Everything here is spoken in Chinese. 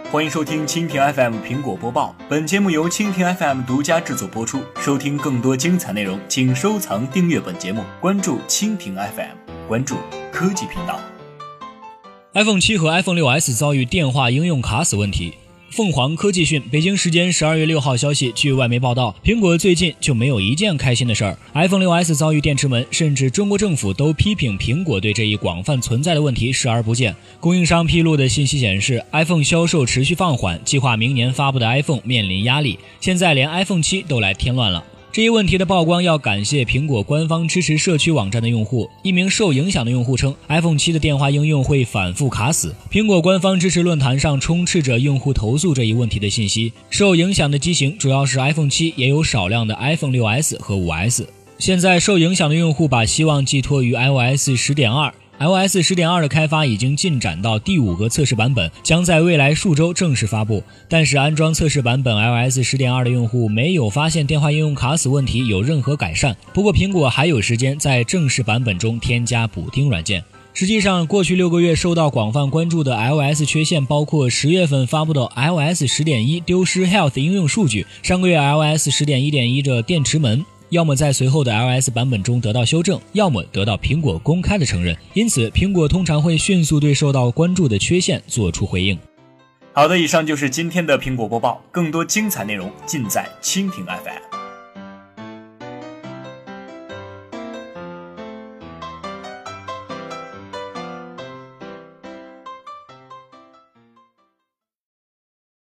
欢迎收听蜻蜓 FM 苹果播报。本节目由蜻蜓 FM 独家制作播出。收听更多精彩内容，请收藏订阅本节目，关注蜻蜓 FM， 关注科技频道。 iPhone 7和 iPhone 6S 遭遇电话应用卡死问题。凤凰科技讯，北京时间12月6号消息，据外媒报道，苹果最近就没有一件开心的事儿。iPhone 6S 遭遇电池门，甚至中国政府都批评苹果对这一广泛存在的问题视而不见。供应商披露的信息显示 ，iPhone 销售持续放缓，计划明年发布的 iPhone 面临压力。现在连 iPhone 7都来添乱了。这一问题的曝光要感谢苹果官方支持社区网站的用户。一名受影响的用户称 iPhone 7的电话应用会反复卡死。苹果官方支持论坛上充斥着用户投诉这一问题的信息。受影响的机型主要是 iPhone 7，也有少量的 iPhone 6S 和 5S。现在受影响的用户把希望寄托于 iOS 10.2。iOS 10.2 的开发已经进展到第5个测试版本，将在未来数周正式发布。但是安装测试版本 iOS 10.2 的用户没有发现电话应用卡死问题有任何改善。不过苹果还有时间在正式版本中添加补丁软件。实际上，过去6个月受到广泛关注的 iOS 缺陷包括10月份发布的 iOS 10.1 丢失 Health 应用数据，上个月 iOS 10.1.1 的电池门，要么在随后的 iOS 版本中得到修正，要么得到苹果公开的承认。因此，苹果通常会迅速对受到关注的缺陷做出回应。 好的，以上就是今天的苹果播报，更多精彩内容尽在蜻蜓 FM。